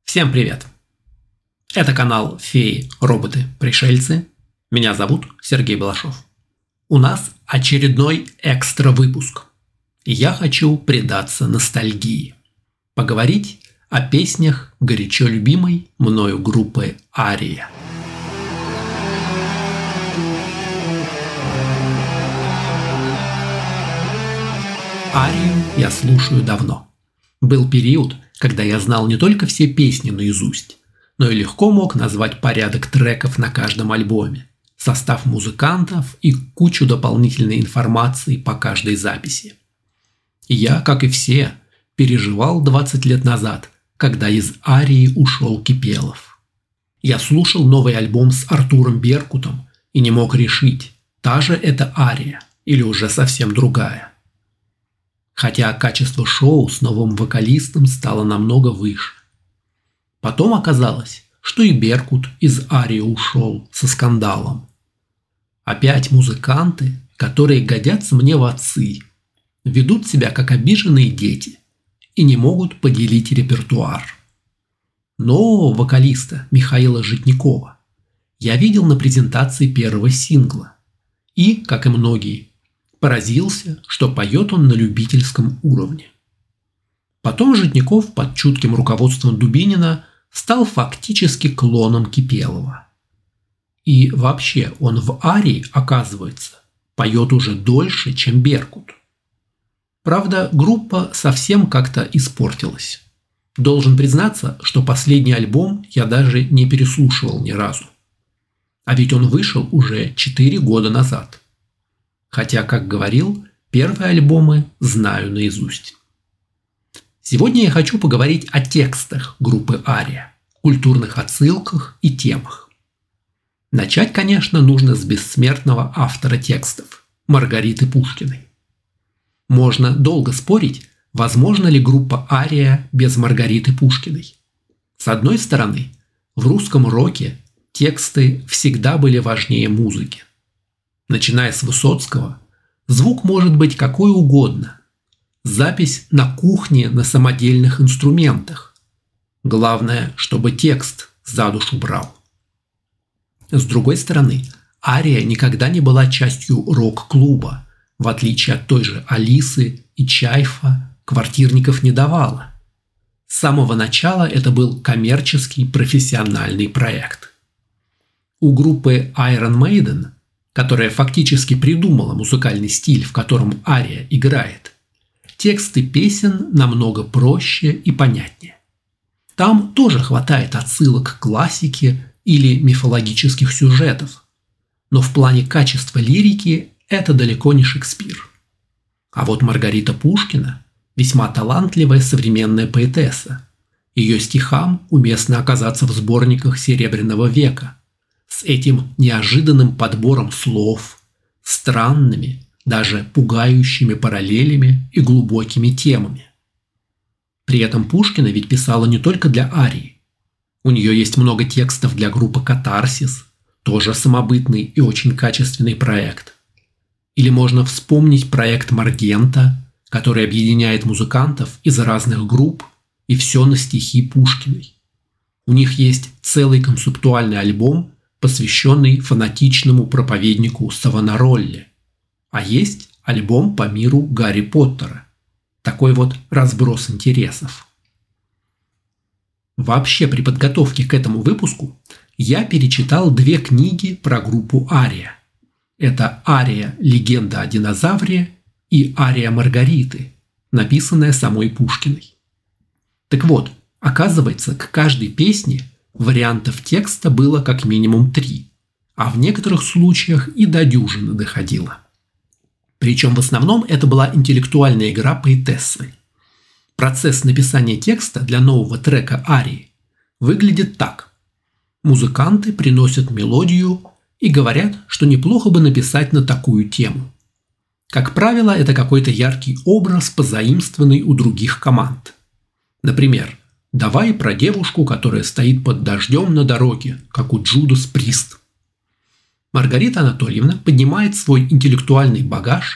Всем привет! Это канал «Феи, роботы, пришельцы». Меня зовут Сергей Балашов. У нас очередной экстра-выпуск. И я хочу предаться ностальгии. Поговорить о песнях горячо любимой мною группы «Ария». Арию я слушаю давно. Был период, когда я знал не только все песни наизусть, но и легко мог назвать порядок треков на каждом альбоме, состав музыкантов и кучу дополнительной информации по каждой записи. И я, как и все, переживал 20 лет назад, когда из Арии ушел Кипелов. Я слушал новый альбом с Артуром Беркутом и не мог решить, та же это Ария или уже совсем другая. Хотя качество шоу с новым вокалистом стало намного выше. Потом оказалось, что и Беркут из Арии ушел со скандалом. Опять музыканты, которые годятся мне в отцы, ведут себя как обиженные дети и не могут поделить репертуар. Нового вокалиста Михаила Житникова я видел на презентации первого сингла и, как и многие, поразился, что поет он на любительском уровне. Потом Житников под чутким руководством Дубинина стал фактически клоном Кипелова. И вообще он в Арии, оказывается, поет уже дольше, чем Беркут. Правда, группа совсем как-то испортилась. Должен признаться, что последний альбом я даже не переслушивал ни разу. А ведь он вышел уже 4 года назад. Хотя, как говорил, первые альбомы знаю наизусть. Сегодня я хочу поговорить о текстах группы Ария, культурных отсылках и темах. Начать, конечно, нужно с бессмертного автора текстов – Маргариты Пушкиной. Можно долго спорить, возможно ли группа Ария без Маргариты Пушкиной. С одной стороны, в русском роке тексты всегда были важнее музыки. Начиная с Высоцкого, звук может быть какой угодно. Запись на кухне на самодельных инструментах. Главное, чтобы текст за душу брал. С другой стороны, Ария никогда не была частью рок-клуба, в отличие от той же Алисы и Чайфа, квартирников не давала. С самого начала это был коммерческий профессиональный проект. У группы Iron Maiden, которая фактически придумала музыкальный стиль, в котором Ария играет, тексты песен намного проще и понятнее. Там тоже хватает отсылок к классике или мифологических сюжетов, но в плане качества лирики это далеко не Шекспир. А вот Маргарита Пушкина весьма талантливая современная поэтесса. Ее стихам уместно оказаться в сборниках Серебряного века, с этим неожиданным подбором слов, странными, даже пугающими параллелями и глубокими темами. При этом Пушкина ведь писала не только для Арии. У нее есть много текстов для группы «Катарсис», тоже самобытный и очень качественный проект. Или можно вспомнить проект «Маргента», который объединяет музыкантов из разных групп и все на стихи Пушкиной. У них есть целый концептуальный альбом, посвященный фанатичному проповеднику Савонаролле. А есть альбом по миру Гарри Поттера. Такой вот разброс интересов. Вообще, при подготовке к этому выпуску я перечитал 2 книги про группу Ария. Это «Ария. Легенда о динозавре» и «Ария Маргариты», написанная самой Пушкиной. Так вот, оказывается, к каждой песне вариантов текста было как минимум 3, а в некоторых случаях и до дюжины доходило. Причем в основном это была интеллектуальная игра поэтессы. Процесс написания текста для нового трека Арии выглядит так. Музыканты приносят мелодию и говорят, что неплохо бы написать на такую тему. Как правило, это какой-то яркий образ, позаимствованный у других команд. Например, «Давай про девушку, которая стоит под дождем на дороге, как у Джудас Прист». Маргарита Анатольевна поднимает свой интеллектуальный багаж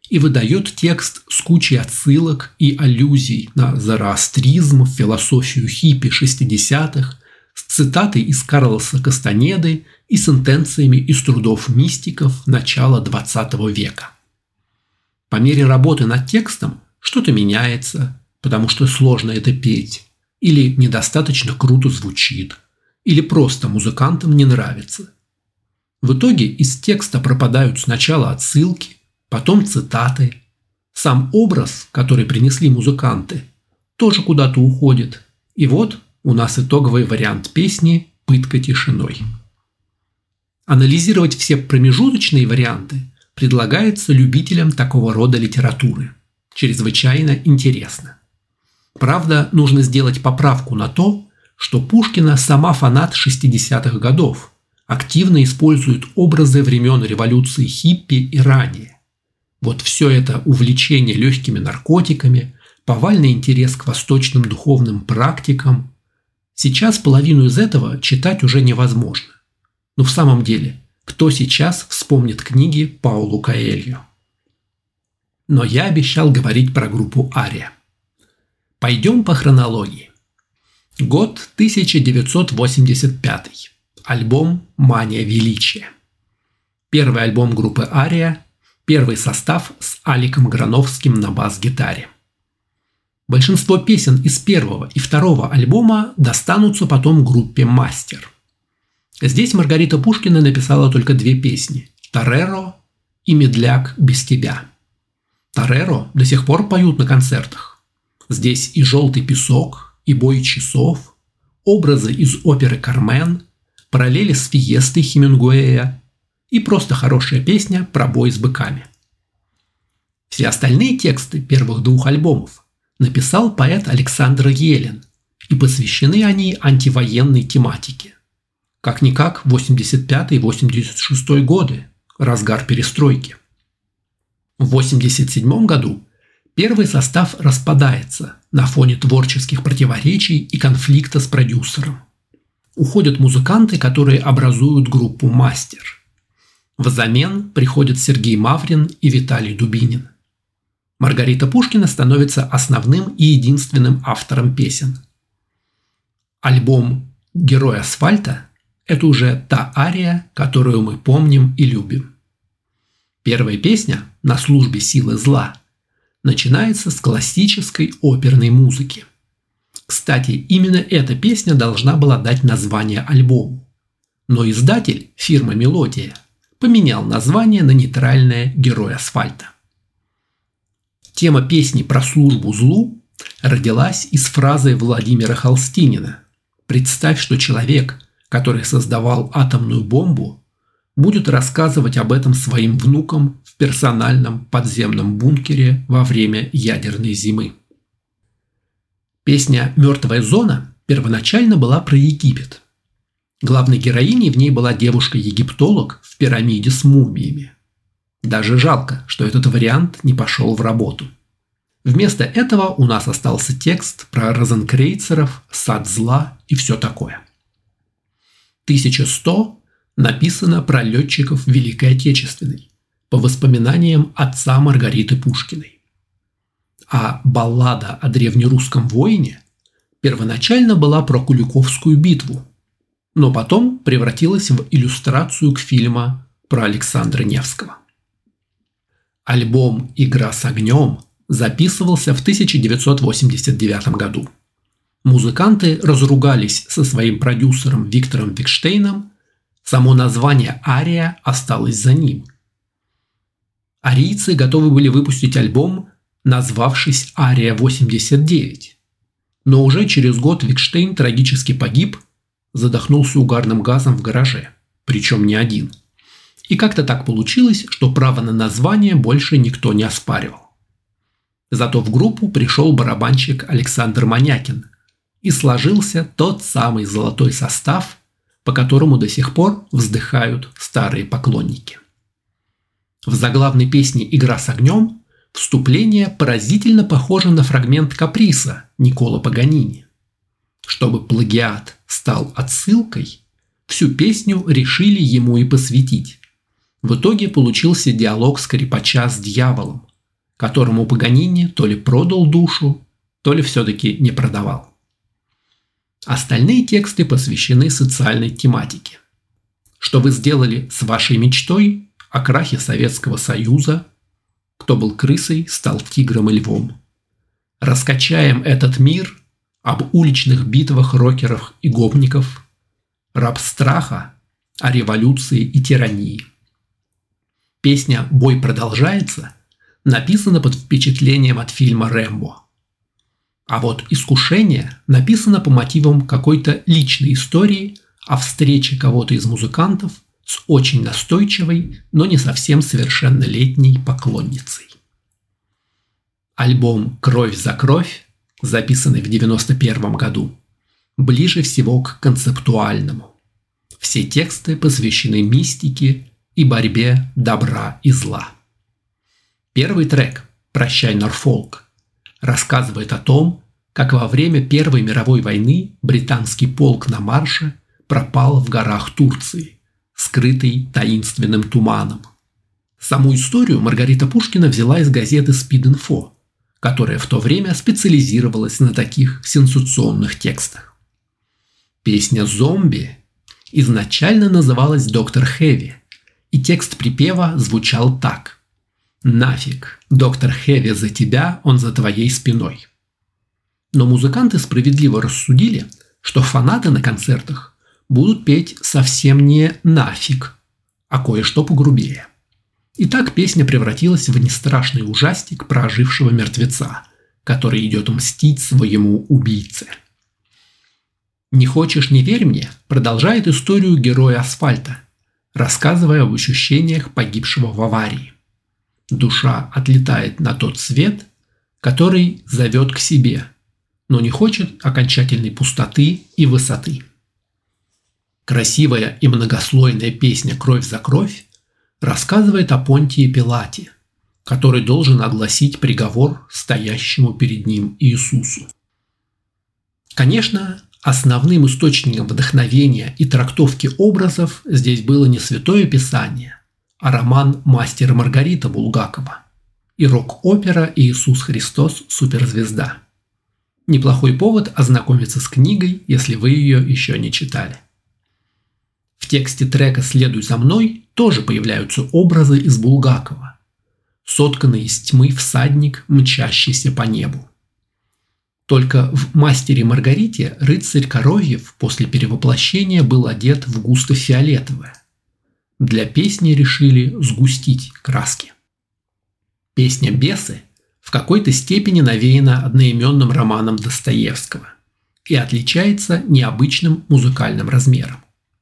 и выдает текст с кучей отсылок и аллюзий на зороастризм, философию хиппи 60-х, с цитатой из Карлоса Кастанеды и сентенциями из трудов мистиков начала XX века. По мере работы над текстом что-то меняется, потому что сложно это петь, или недостаточно круто звучит, или просто музыкантам не нравится. В итоге из текста пропадают сначала отсылки, потом цитаты. Сам образ, который принесли музыканты, тоже куда-то уходит. И вот у нас итоговый вариант песни «Пытка тишиной». Анализировать все промежуточные варианты предлагается любителям такого рода литературы. Чрезвычайно интересно. Правда, нужно сделать поправку на то, что Пушкина сама фанат 60-х годов, активно использует образы времен революции хиппи и ранее. Вот все это увлечение легкими наркотиками, повальный интерес к восточным духовным практикам. Сейчас половину из этого читать уже невозможно. Но в самом деле, кто сейчас вспомнит книги Пауло Коэльо? Но я обещал говорить про группу Ария. Пойдем по хронологии. Год 1985. Альбом «Мания величия». Первый альбом группы Ария, первый состав с Аликом Грановским на бас-гитаре. Большинство песен из первого и второго альбома достанутся потом группе «Мастер». Здесь Маргарита Пушкина написала только две песни – «Тореро» и «Медляк без тебя». «Тореро» до сих пор поют на концертах. Здесь и «Желтый песок», и «Бой часов», образы из оперы «Кармен», параллели с «Фиестой» Хемингуэя и просто хорошая песня про бой с быками. Все остальные тексты первых двух альбомов написал поэт Александр Елен, и посвящены они антивоенной тематике. Как-никак 85-86 годы, разгар перестройки. В 87 году первый состав распадается на фоне творческих противоречий и конфликта с продюсером. Уходят музыканты, которые образуют группу «Мастер». Взамен приходят Сергей Маврин и Виталий Дубинин. Маргарита Пушкина становится основным и единственным автором песен. Альбом «Герой асфальта» – это уже та ария, которую мы помним и любим. Первая песня «На службе силы зла» начинается с классической оперной музыки. Кстати, именно эта песня должна была дать название альбому. Но издатель, фирма «Мелодия», поменял название на нейтральное «Герой асфальта». Тема песни про службу злу родилась из фразы Владимира Холстинина: «Представь, что человек, который создавал атомную бомбу, будет рассказывать об этом своим внукам в персональном подземном бункере во время ядерной зимы». Песня «Мертвая зона» первоначально была про Египет. Главной героиней в ней была девушка-египтолог в пирамиде с мумиями. Даже жалко, что этот вариант не пошел в работу. Вместо этого у нас остался текст про розенкрейцеров, сад зла и все такое. 1100 написано про летчиков Великой Отечественной, по воспоминаниям отца Маргариты Пушкиной. А баллада о древнерусском воине первоначально была про Куликовскую битву, но потом превратилась в иллюстрацию к фильму про Александра Невского. Альбом «Игра с огнем» записывался в 1989 году. Музыканты разругались со своим продюсером Виктором Викштейном, само название «Ария» осталось за ним. Арийцы готовы были выпустить альбом, назвавшись «Ария-89», но уже через год Викштейн трагически погиб, задохнулся угарным газом в гараже, причем не один. И как-то так получилось, что право на название больше никто не оспаривал. Зато в группу пришел барабанщик Александр Манякин, и сложился тот самый золотой состав, по которому до сих пор вздыхают старые поклонники. В заглавной песне «Игра с огнем» вступление поразительно похоже на фрагмент «Каприса» Никколо Паганини. Чтобы плагиат стал отсылкой, всю песню решили ему и посвятить. В итоге получился диалог скрипача с дьяволом, которому Паганини то ли продал душу, то ли все-таки не продавал. Остальные тексты посвящены социальной тематике. Что вы сделали с вашей мечтой о крахе Советского Союза? Кто был крысой, стал тигром и львом. Раскачаем этот мир об уличных битвах рокеров и гопников. Раб страха о революции и тирании. Песня «Бой продолжается» написана под впечатлением от фильма «Рэмбо». А вот «Искушение» написано по мотивам какой-то личной истории о встрече кого-то из музыкантов с очень настойчивой, но не совсем совершеннолетней поклонницей. Альбом «Кровь за кровь», записанный в 1991 году, ближе всего к концептуальному. Все тексты посвящены мистике и борьбе добра и зла. Первый трек «Прощай, Норфолк» рассказывает о том, как во время Первой мировой войны британский полк на марше пропал в горах Турции, скрытый таинственным туманом. Саму историю Маргарита Пушкина взяла из газеты «Спид-инфо», которая в то время специализировалась на таких сенсационных текстах. Песня «Зомби» изначально называлась «Доктор Хэви», и текст припева звучал так: «Нафиг, доктор Хэви за тебя, он за твоей спиной». Но музыканты справедливо рассудили, что фанаты на концертах будут петь совсем не «нафиг», а кое-что погрубее. И так песня превратилась в нестрашный ужастик про ожившего мертвеца, который идет мстить своему убийце. «Не хочешь, не верь мне» продолжает историю героя «Асфальта», рассказывая об ощущениях погибшего в аварии. Душа отлетает на тот свет, который зовет к себе, но не хочет окончательной пустоты и высоты. Красивая и многослойная песня «Кровь за кровь» рассказывает о Понтии Пилате, который должен огласить приговор стоящему перед ним Иисусу. Конечно, основным источником вдохновения и трактовки образов здесь было не Святое Писание, а роман «Мастер и Маргарита» Булгакова и рок-опера «Иисус Христос. Суперзвезда». Неплохой повод ознакомиться с книгой, если вы ее еще не читали. В тексте трека «Следуй за мной» тоже появляются образы из Булгакова, сотканный из тьмы всадник, мчащийся по небу. Только в «Мастере и Маргарите» рыцарь Коровьев после перевоплощения был одет в густо фиолетовое. Для песни решили сгустить краски. Песня «Бесы» в какой-то степени навеяна одноименным романом Достоевского и отличается необычным музыкальным размером.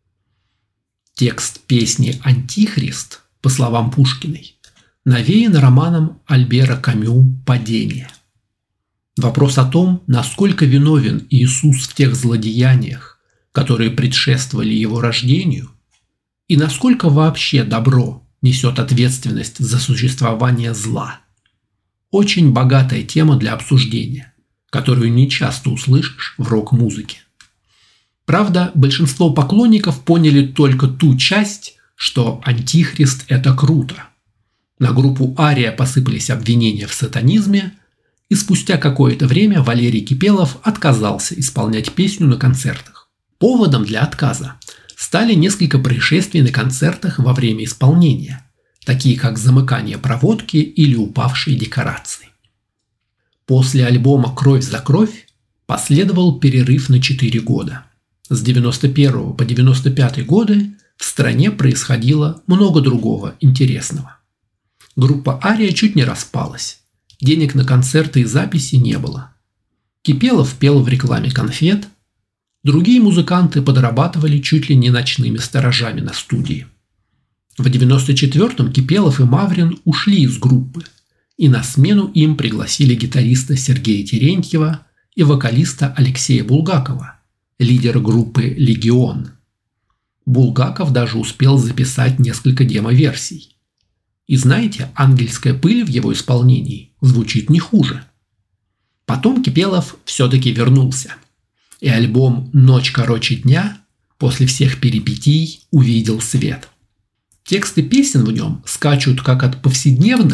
Текст песни «Антихрист», по словам Пушкиной, навеян романом Альбера Камю «Падение». Вопрос о том, насколько виновен Иисус в тех злодеяниях, которые предшествовали его рождению, и насколько вообще добро несет ответственность за существование зла. Очень богатая тема для обсуждения, которую не часто услышишь в рок-музыке. Правда, большинство поклонников поняли только ту часть, что «Антихрист» – это круто. На группу «Ария» посыпались обвинения в сатанизме, и спустя какое-то время Валерий Кипелов отказался исполнять песню на концертах. Поводом для отказа стали несколько происшествий на концертах во время исполнения, такие как замыкание проводки или упавшие декорации. После альбома «Кровь за кровь» последовал перерыв на 4 года. С 91 по 95 годы в стране происходило много другого интересного. Группа «Ария» чуть не распалась, денег на концерты и записи не было. Кипелов пел в рекламе конфет, другие музыканты подрабатывали чуть ли не ночными сторожами на студии. В 94-м Кипелов и Маврин ушли из группы, и на смену им пригласили гитариста Сергея Терентьева и вокалиста Алексея Булгакова, лидера группы «Легион». Булгаков даже успел записать несколько демо-версий. И знаете, «Ангельская пыль» в его исполнении звучит не хуже. Потом Кипелов все-таки вернулся, и альбом «Ночь короче дня» после всех перипетий увидел свет. Тексты песен в нем скачут как от повседневных,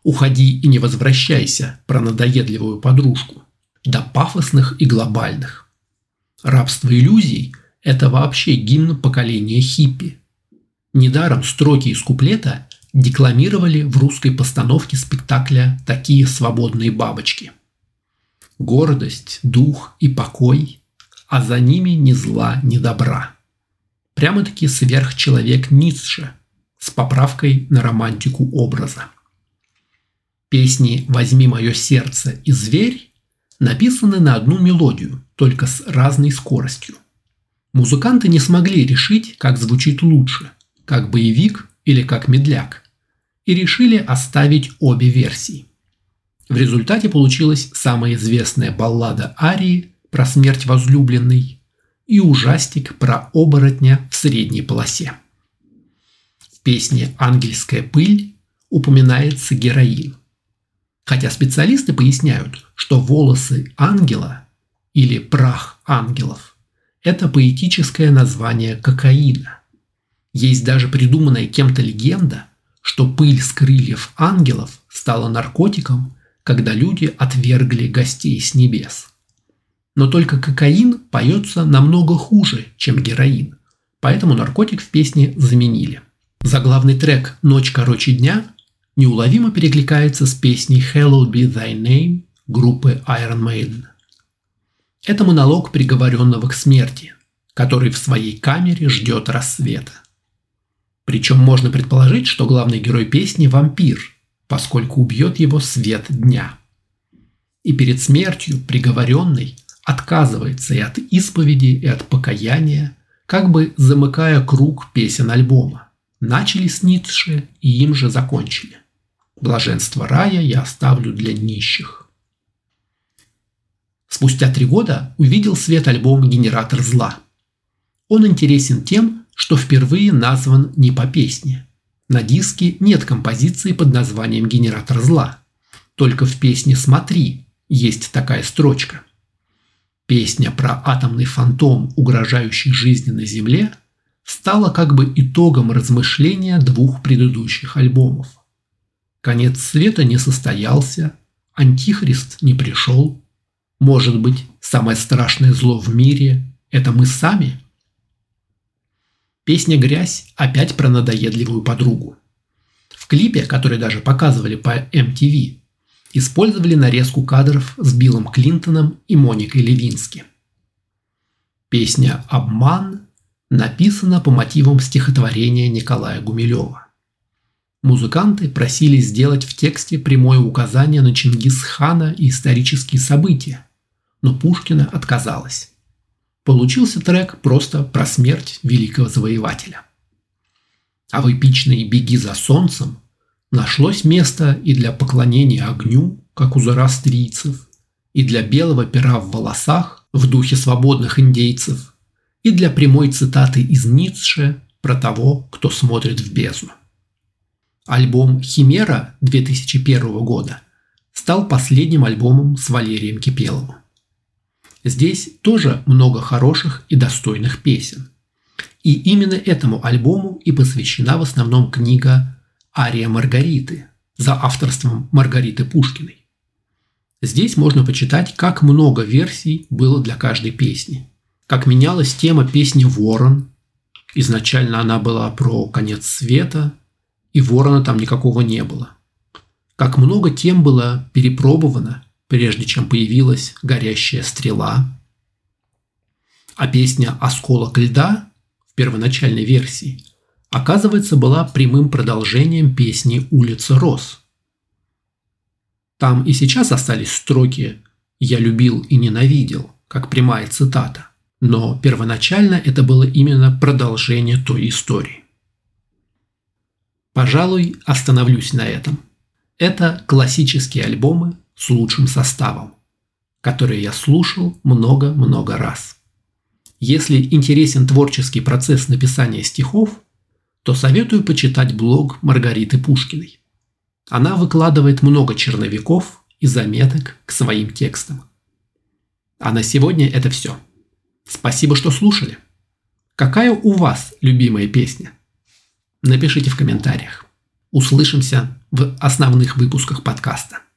«Уходи и не возвращайся» про надоедливую подружку, до пафосных и глобальных. «Рабство иллюзий» – это вообще гимн поколения хиппи. Недаром строки из куплета декламировали в русской постановке спектакля «Такие свободные бабочки». Гордость, дух и покой, а за ними ни зла, ни добра. Прямо-таки сверхчеловек Ницше с поправкой на романтику образа. Песни «Возьми мое сердце» и «Зверь» написаны на одну мелодию, только с разной скоростью. Музыканты не смогли решить, как звучит лучше, как боевик или как медляк, и решили оставить обе версии. В результате получилась самая известная баллада арии про смерть возлюбленной и ужастик про оборотня в средней полосе. В песне «Ангельская пыль» упоминается героин. Хотя специалисты поясняют, что волосы ангела или прах ангелов – это поэтическое название кокаина. Есть даже придуманная кем-то легенда, что пыль с крыльев ангелов стала наркотиком, когда люди отвергли гостей с небес. Но только кокаин поется намного хуже, чем героин, поэтому наркотик в песне заменили. Заглавный трек «Ночь короче дня» неуловимо перекликается с песней «Hallowed be thy name» группы Iron Maiden. Это монолог приговоренного к смерти, который в своей камере ждет рассвета. Причем можно предположить, что главный герой песни – вампир, поскольку убьет его свет дня. И перед смертью приговоренный отказывается и от исповеди, и от покаяния, как бы замыкая круг песен альбома. Начали с Ницше и им же закончили. Блаженство рая я оставлю для нищих. Спустя 3 года увидел свет альбом «Генератор зла». Он интересен тем, что впервые назван не по песне. На диске нет композиции под названием «Генератор зла». Только в песне «Смотри» есть такая строчка. Песня про атомный фантом, угрожающий жизни на Земле, стала как бы итогом размышления 2 предыдущих альбомов. Конец света не состоялся, Антихрист не пришел. Может быть, самое страшное зло в мире – это мы сами? Песня «Грязь» опять про надоедливую подругу. В клипе, который даже показывали по MTV, использовали нарезку кадров с Биллом Клинтоном и Моникой Левински. Песня «Обман» написана по мотивам стихотворения Николая Гумилева. Музыканты просили сделать в тексте прямое указание на Чингисхана и исторические события, но Пушкина отказалась. Получился трек просто про смерть великого завоевателя. А в эпичной «Беги за солнцем» нашлось место и для поклонения огню, как у зороастрийцев, и для белого пера в волосах в духе свободных индейцев, и для прямой цитаты из Ницше про того, кто смотрит в бездну. Альбом «Химера» 2001 года стал последним альбомом с Валерием Кипеловым. Здесь тоже много хороших и достойных песен. И именно этому альбому и посвящена в основном книга «Ария Маргариты» за авторством Маргариты Пушкиной. Здесь можно почитать, как много версий было для каждой песни. Как менялась тема песни «Ворон». Изначально она была про конец света, и ворона там никакого не было. Как много тем было перепробовано, прежде чем появилась «Горящая стрела». А песня «Осколок льда» в первоначальной версии, оказывается, была прямым продолжением песни «Улица роз». Там и сейчас остались строки «Я любил и ненавидел», как прямая цитата, но первоначально это было именно продолжение той истории. Пожалуй, остановлюсь на этом. Это классические альбомы с лучшим составом, которые я слушал много-много раз. Если интересен творческий процесс написания стихов, то советую почитать блог Маргариты Пушкиной. Она выкладывает много черновиков и заметок к своим текстам. А на сегодня это все. Спасибо, что слушали. Какая у вас любимая песня? Напишите в комментариях. Услышимся в основных выпусках подкаста.